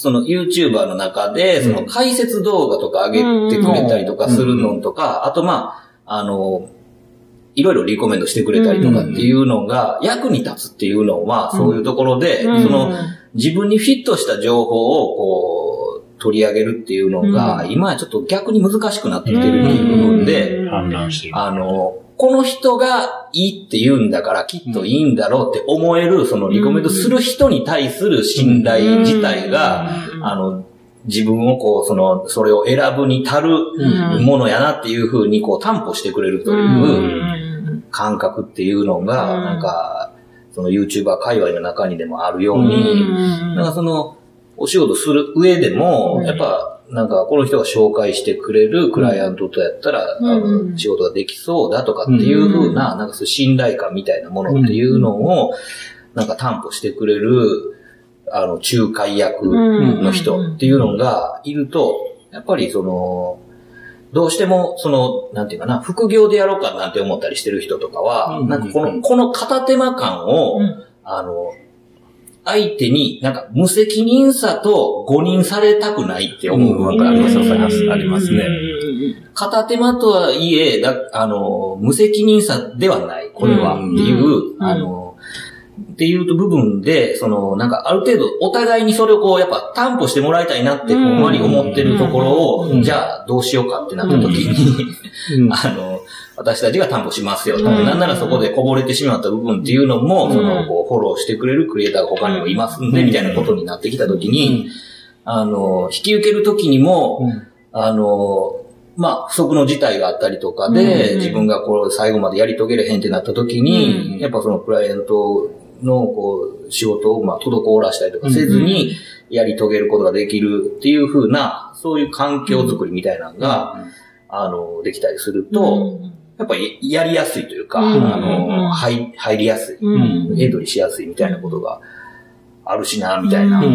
その YouTuber の中で、その解説動画とか上げてくれたりとかするのとか、あとまあ、あの、いろいろリコメンドしてくれたりとかっていうのが役に立つっていうのは、そういうところで、その自分にフィットした情報をこう取り上げるっていうのが、今はちょっと逆に難しくなってきてるっていう部分で、あの、この人がいいって言うんだからきっといいんだろうって思える、そのリコメンドする人に対する信頼自体が、あの、自分をこう、その、それを選ぶに足るものやなっていうふうにこう担保してくれるという感覚っていうのが、なんか、その YouTuber 界隈の中にでもあるように、なんかその、お仕事する上でも、やっぱ、なんか、この人が紹介してくれるクライアントとやったら、うん、あの仕事ができそうだとかっていう風な、うん、なんかそう信頼感みたいなものっていうのを、なんか担保してくれる、あの、仲介役の人っていうのがいると、やっぱりその、どうしても、その、なんていうかな、副業でやろうかなんて思ったりしてる人とかは、うん、なんかこの、この片手間感を、うん、あの、相手になんか無責任さと誤認されたくないって思う部分がありますよ、ありますね。片手間とはいえ、だあの、無責任さではない、これは、っていう、あの、っていう部分で、その、なんかある程度お互いにそれをこう、やっぱ担保してもらいたいなってほんまに思ってるところを、じゃあどうしようかってなった時に、あの、私たちが担保しますよ。なんならそこでこぼれてしまった部分っていうのも、その、こう、フォローしてくれるクリエイターが他にもいますんで、みたいなことになってきた時に、あの、引き受ける時にも、あの、まあ、不測の事態があったりとかで、自分がこう、最後までやり遂げれへんってなった時に、やっぱそのクライアントの、こう、仕事を、まあ、滞らしたりとかせずに、やり遂げることができるっていう風な、そういう環境づくりみたいなのが、あの、できたりすると、やっぱりやりやすいというか、あの、入、入りやすい、エントリーしやすいみたいなことがあるしな、みたいな、うん、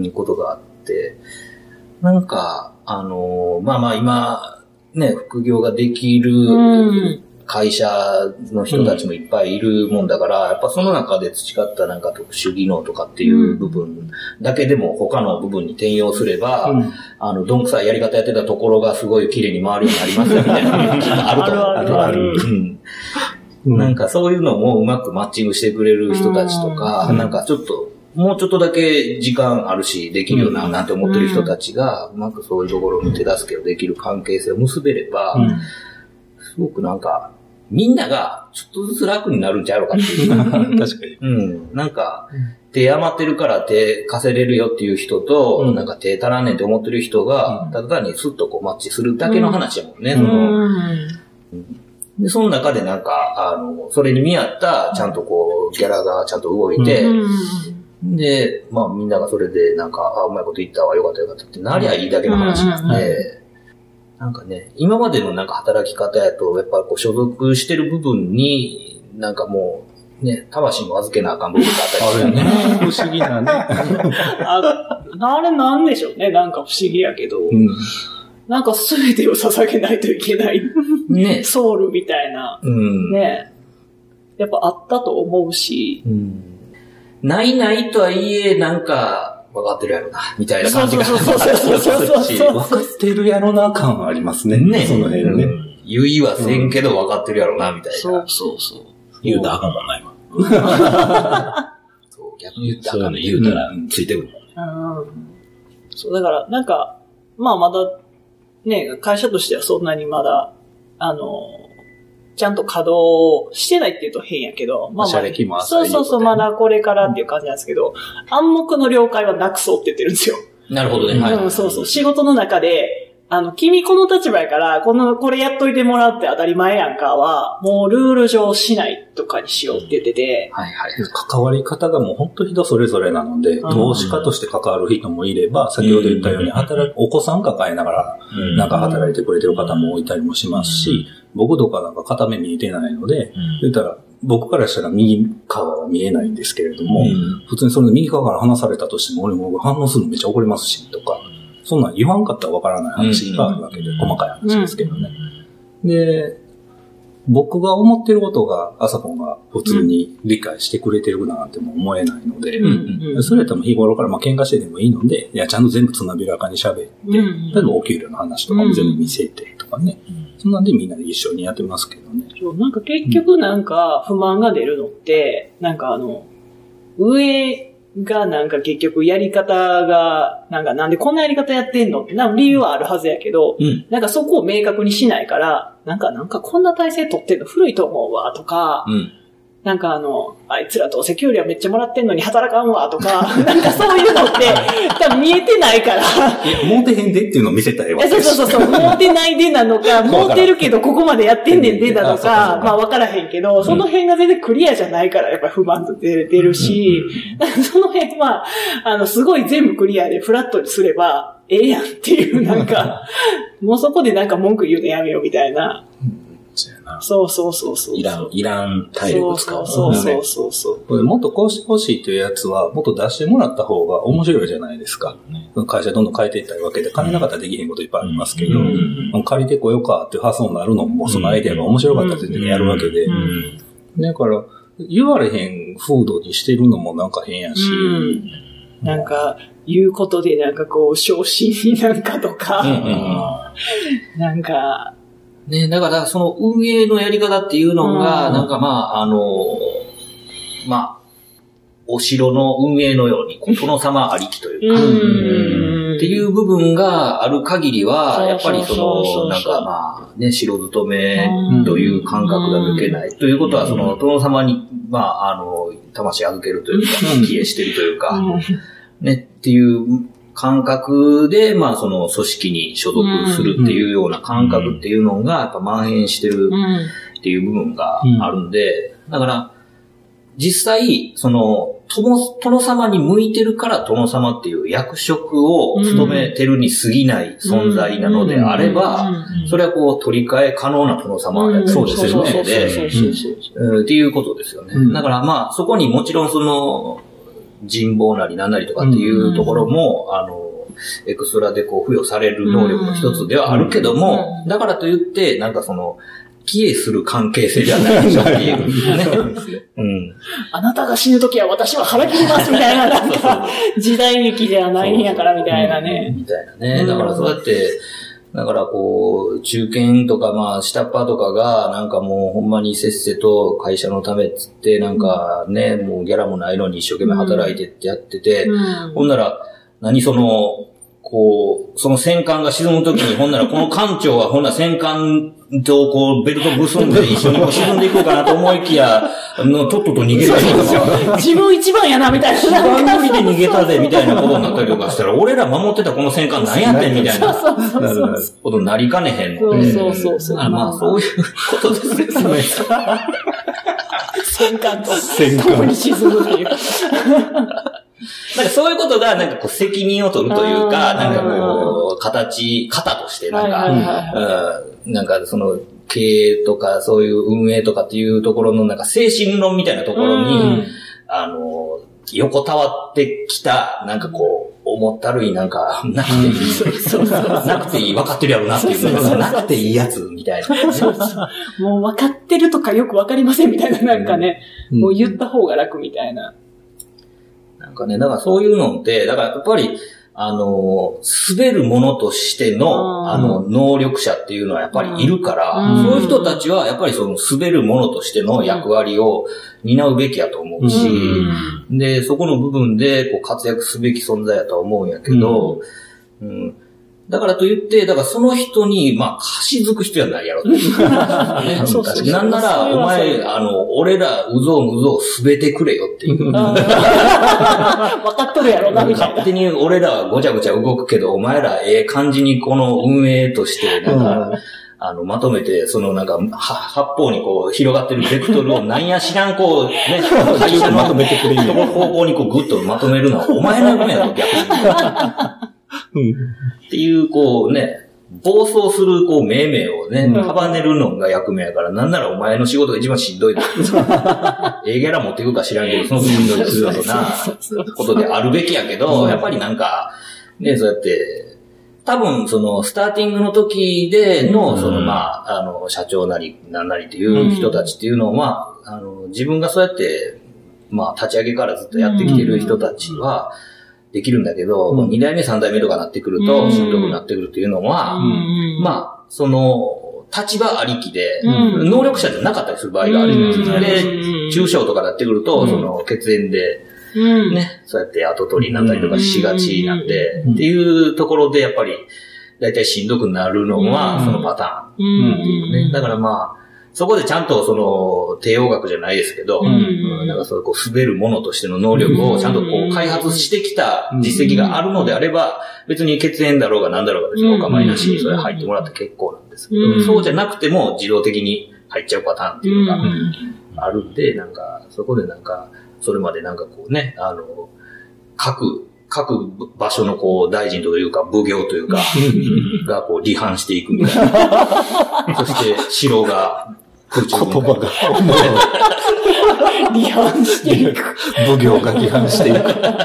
ことがあって、なんか、あの、まあまあ今、ね、副業ができる会社の人たちもいっぱいいるもんだから、やっぱその中で培ったなんか特殊技能とかっていう部分だけでも他の部分に転用すれば、うん、あの、どんくさいやり方やってたところがすごい綺麗に回るようになりますよみたいなのがあると思う。あるある。うん。なんかそういうのもうまくマッチングしてくれる人たちとか、うん、なんかちょっと、もうちょっとだけ時間あるし、できるよな、なんて思ってる人たちが、うまくそういうところに手助けをできる関係性を結べれば、うん、すごくなんか、みんながちょっとずつ楽になるんちゃうのかっていう。確かに。うん。なんか、手余ってるから手稼れるよっていう人と、うん、なんか手足らんねんって思ってる人が、うん、ただ単にスッとこうマッチするだけの話やもんね。うん、その、うん、で、その中でなんか、あの、それに見合った、ちゃんとこう、ギャラがちゃんと動いて、うんで、まあみんながそれでなんか、あ、うまいこと言ったわ、よかったよかったってなりゃいいだけの話なんで、なんかね、今までのなんか働き方やと、やっぱこう所属してる部分に、なんかもう、ね、魂も預けなあかん部分があったりするね。 不思議なね。 あ, あれなんでしょうね、なんか不思議やけど。うん、なんか全てを捧げないといけない。ね。ソウルみたいな。うん、ね。やっぱあったと思うし。 うんないないとはいえ、なんか、分かってるやろな、みたいな感じが。そうそうそうそうそうそう。 分かってるやろな感ありますね。ね。その辺ね。 言いはせんけど分かってるやろな、みたいな。 そうそうそう。 言うたらあかんもんないわ。 そう、逆に言ったらあかんね。言うたらついてくるもんね。 そう、だから、なんか、まあまだ、ね、会社としてはそんなにまだ、あの、ちゃんと稼働してないって言うと変やけど、まあまあ、そうそうそう、まだこれからっていう感じなんですけど、暗黙の了解はなくそうって言ってるんですよ。 なるほどね。はい。 うん、そうそう。仕事の中で、あの、君この立場やから、この、これやっといてもらって当たり前やんかは、もうルール上しないとかにしようって言ってて。 はいはい。関わり方がもう本当人それぞれなので、うん、投資家として関わる人もいれば、先ほど言ったように働く、お子さん抱えながら、なんか働いてくれてる方もいたりもしますし、僕とかなんか片目見えてないので、言ったら、僕からしたら右側は見えないんですけれども、うん、普通にそれで右側から話されたとしても、俺も反応するのめっちゃ怒りますし、とか、そんなん言わんかったらわからない話があるわけで、うん、細かい話ですけどね。うん、で、 僕が思ってることが、あさこが普通に理解してくれてるなんても思えないので、うんうん、それやったら日頃からまあ喧嘩してでもいいので、いや、ちゃんと全部つなびらかに喋って、うんうん、例えばお給料の話とかも全部見せてとかね、うんうん、そんなんでみんなで一緒にやってますけどね。 そう、なんか結局なんか不満が出るのって、うん、なんかあの、上、がなんか結局やり方が、なんかなんでこんなやり方やってんのってなんか理由はあるはずやけど、うん、なんかそこを明確にしないから、なんかなんかこんな体制取ってんの古いと思うわとか、うん、なんかあの、あいつらどうせ給料めっちゃもらってんのに働かんわとか、なんかそういうのって多分見えてないから。 いや、もうてへんでっていうのを見せたいわけそうそうそうそう、もうてないでなのか、もうてるけどここまでやってんねんでなのか、まあわからへんけど、その辺が全然クリアじゃないからやっぱり不満と出るし、その辺は、あの、すごい全部クリアでフラットにすればええやんっていうなんか、もうそこでなんか文句言うのやめようみたいな。そうそうそうそう。 いらん、いらん体力使う。 そうそうそうそう。 もっとこうしてほしいというやつは、もっと出してもらった方が面白いじゃないですか。うん、会社どんどん変えていったわけで、金なかったらできへんこといっぱいありますけど、うん、借りてこようかっていう発想になるのも、そのアイデアが面白かったら全然やるわけで。だから、言われへん風土にしてるのもなんか変やし。うん、 なんか、言うことでなんかこう、昇進になんかとか、うん、なんか、 ね、だからその運営のやり方っていうのが、なんかまあ、あの、まあ、お城の運営のように、殿様ありきというか、うんっていう部分がある限りは、やっぱりその、なんかまあ、ね、城勤めという感覚が抜けない。ということは、その、殿様に、まあ、あの、魂預けるというか、帰依してるというか、ね、っていう、感覚で、まあその組織に所属するっていうような感覚っていうのがやっぱ蔓延してるっていう部分があるんで、だから実際その殿様に向いてるから殿様っていう役職を務めてるに過ぎない存在なのであれば、それはこう取り替え可能な殿様やそうですよね。っていうことですよね。だからまあそこにもちろんその人望なりなんなりとかっていうところも、うん、あの、エクストラでこう付与される能力の一つではあるけども、うん、だからといって、なんかその、帰依する関係性じゃないでしょっていうね。うん。 あなたが死ぬときは私は腹切りますみたいな、なんか、時代劇ではないんやからみたいなね。 みたいなね。だからそうやって、だからこう、中堅とかまあ下っ端とかがなんかもうほんまにせっせと会社のためっつってなんかね、もうギャラもないのに一生懸命働いてってやってて、うん、ほんなら何その、こう、その戦艦が沈むときにほんならこの艦長はほんなら戦艦とこうベルト結んで一緒にこう沈んでいこうかなと思いきや、のとっとと逃げたりとか。 自分一番やなみたいな。 一番無理で逃げたぜみたいなことになったりとかしたら、俺ら守ってたこの戦艦何やってんみたいなことになりかねへんので。 そうそうそう。 まあそういうことですね。 戦艦と共に沈むっていう。 なんかそういうことが、なんかこう責任を取るというか、なんかこう、形、型としてなんか、うん、なんかその、経営とかそういう運営とかっていうところのなんか精神論みたいなところに、うん、あの、横たわってきた、なんかこう、重ったるいなんか、なくていい。そうそうなくていい、分かってるやろなっていう。なくていいやつみたいな。そうそうもう分かってるとかよく分かりませんみたいな、なんかね、うん、もう言った方が楽みたいな。 なんかね、だからそういうのって、だからやっぱり、あの、滑るものとしての、あの、能力者っていうのはやっぱりいるから、そういう人たちはやっぱりその滑るものとしての役割を担うべきやと思うし、で、そこの部分でこう活躍すべき存在やとは思うんやけど、うん、だからといって、だからその人に、まあ、貸し付く人はないやろって。なんなら、お前、あの、俺ら、うぞうむぞうすべてくれよっていう。分かっとるやろな、みたいな。 勝手に俺らはごちゃごちゃ動くけど、お前ら、ええ感じにこの運営として、なんか、あの、まとめて、そのなんか、八方にこう、広がってるベクトルをなんや知らん、こう、ね、会社のまとめてくれる。方向にこう、ぐっとまとめるのは、お前の役目やろ、逆に。うん、っていう、こうね、暴走する、こう、命名をね、束ねるのが役目やから、なんならお前の仕事が一番しんどい。ええギャラ持っていくか知らんけど、その分しんどいするようなことであるべきやけど、やっぱりなんか、ね、そうやって、 多分、その、スターティングの時での、その、まあ、あの、社長なり、なんなりっていう人たちっていうのは、あの、自分がそうやって、まあ、立ち上げからずっとやってきてる人たちは、できるんだけど、うん、に代目、さん代目とかなってくると、しんどくなってくるっていうのは、まあ、その、立場ありきで、能力者じゃなかったりする場合があるんですよね。で、中小とかなってくると、その、血縁で、ね、そうやって後取りになったりとかしがちなんで、っていうところでやっぱり、だいたいしんどくなるのは、そのパターンっていうね。だからまあ、そこでちゃんとその、帝王学じゃないですけど、うん、なんかそういうこう、滑るものとしての能力をちゃんとこう、開発してきた実績があるのであれば、別に血縁だろうが何だろうが別にお構いなしにそれ入ってもらって結構なんですけど、そうじゃなくても自動的に入っちゃうパターンっていうのがあるんで、なんか、そこでなんか、それまでなんかこうね、あの、各、各場所のこう、大臣というか、奉行というか、がこう、離反していくみたいな。そして、城が、 言葉が。 離反していく。 奉行が離反していく。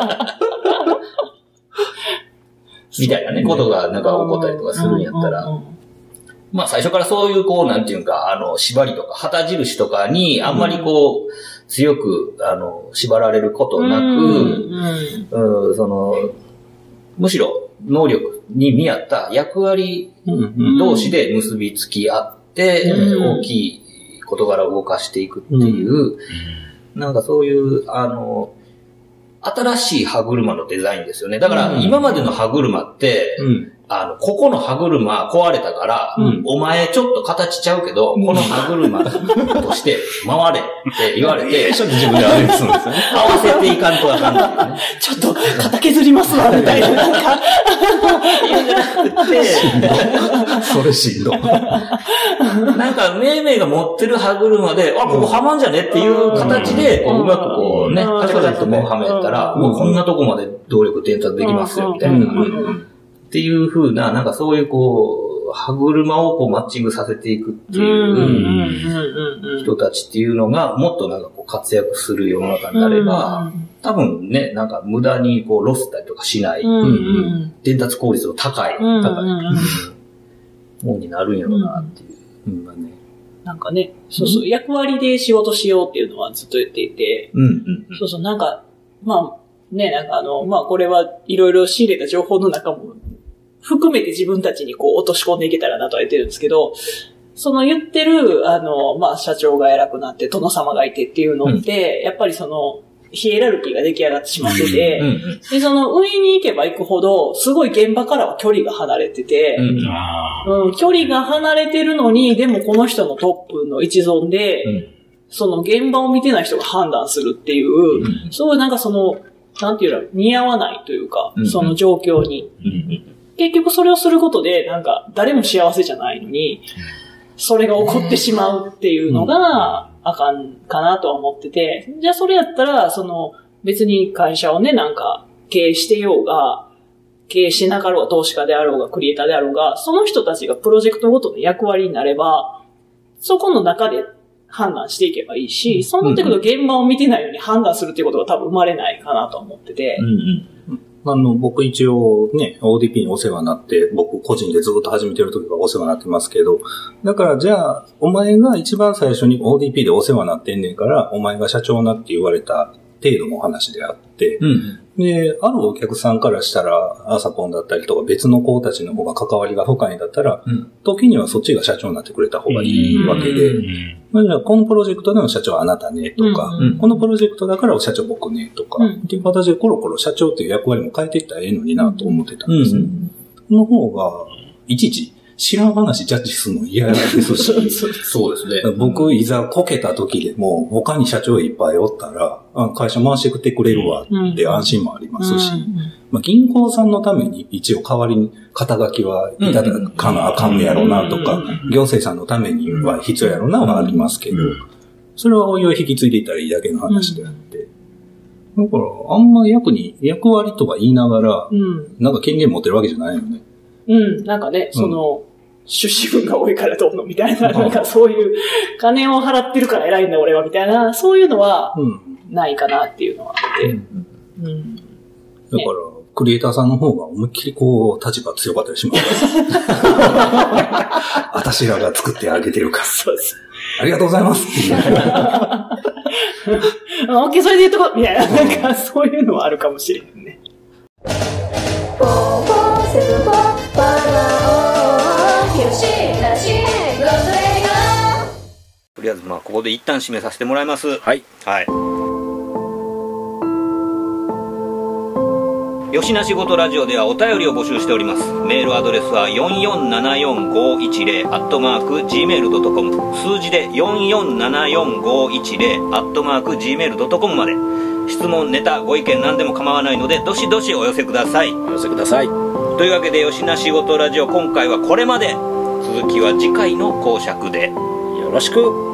みたいなね、ことがなんか起こったりとかするんやったら、まあ最初からそういうこう、なんていうか、あの、縛りとか、旗印とかにあんまりこう、強く、あの、縛られることなく、うん、その、むしろ能力に見合った役割同士で結びつき合って、大きい事柄を動かしていくっていう、なんかそういう、あの、新しい歯車のデザインですよね。だから今までの歯車って、あの、ここの歯車壊れたから、うん、お前ちょっと形ちゃうけど、うん、この歯車として回れって言われて、 ちょっと自分であれするんですよね。 合わせていかんとわかんないよね。 ちょっと肩削りますわ、みたいな。なんか、 言うんじゃなくて、 それしんど。 なんか、めいめいが持ってる歯車で、あ、ここはまんじゃねっていう形で、こううまくこうね、カチャカチャっとこうはめたら、もうこんなとこまで動力伝達できますよ、みたいな。っていう風な、なんかそういうこう、歯車をこうマッチングさせていくっていう人たちっていうのが、もっとなんかこう活躍する世の中になれば、多分ね、なんか無駄にこうロスったりとかしない、伝達効率の高い、高い、ものになるんやろうなっていう。うんまあね、 なんかね、そうそう、役割で仕事しようっていうのはずっと言っていて、そうそう、なんか、まあ、ね、なんかあの、まあこれはいろいろ仕入れた情報の中も、含めて自分たちにこう落とし込んでいけたらなとは言ってるんですけど、その言ってる、あの、まあ社長が偉くなって、殿様がいてっていうのって、うん、やっぱりその、ヒエラルキーが出来上がってしまってて、うんうん、で、その上に行けば行くほど、すごい現場からは距離が離れてて、うんうん、距離が離れてるのに、でもこの人のトップの一存で、うん、その現場を見てない人が判断するっていう、うん、そういうなんかその、なんていうの、似合わないというか、うん、その状況に。うん結局それをすることで、なんか、誰も幸せじゃないのに、それが起こってしまうっていうのが、あかんかなとは思ってて、じゃあそれやったら、その、別に会社をね、なんか、経営してようが、経営してなかろうが、投資家であろうが、クリエイターであろうが、その人たちがプロジェクトごとの役割になれば、そこの中で判断していけばいいし、そうなってくると現場を見てないように判断するっていうことが多分生まれないかなと思ってて、うんうんあの、僕一応ね、オーディーピー にお世話になって、僕個人でずっと始めてる時からお世話になってますけど、だからじゃあ、お前が一番最初に オーディーピー でお世話になってんねんから、お前が社長なって言われた程度の話であって、うん、で、あるお客さんからしたら、アサポンだったりとか別の子たちの方が関わりが深いんだったら、うん、時にはそっちが社長になってくれた方がいいわけで、まあ、じゃあこのプロジェクトでの社長はあなたねとか、うんうん、このプロジェクトだから社長僕ねとか、うん、っていう形でコロコロ社長っていう役割も変えていったらええのになと思ってたんですね。うんうん、の方が、いちいち知らん話ジャッジするの嫌ですし、 そうですね。 僕、いざこけた時でも、他に社長いっぱいおったら、会社回してくってくれるわって安心もありますし、うんうんまあ、銀行さんのために一応代わりに肩書きはいただかなあかんやろうなとか、行政さんのためには必要やろうなはありますけど、それはおいおい引き継いでいったらいいだけの話であって、だからあんま役に、役割とか言いながら、なんか権限持ってるわけじゃないよね。 うん、なんかね、その、出資分が多いからどうのみたいな、なんかそういう、金を払ってるから偉いんだ俺はみたいな、そういうのは、ないかなっていうのはあって。うんうん、だから、 クリエイターさんの方が思いっきりこう、立場強かったりします。私らが作ってあげてるから。 そうです。 ありがとうございますっていう。 オッケー、それで言うとこ、みたいな、なんか、そういうのはあるかもしれんね。 とりあえず、まあ、ここで一旦締めさせてもらいます。 はい。 はい。よしなしごとラジオではお便りを募集しております。メールアドレスはよんよんななよんごいちゼロアットマーク ジーメールドットコム、 数字でよんよんななよんごいちゼロアットマーク ジーメールドットコム まで。質問、ネタ、ご意見何でも構わないので、どしどしお寄せください。 お寄せください。 というわけで、よしなしごとラジオ、今回はこれまで。続きは次回の講釈で。 よろしく。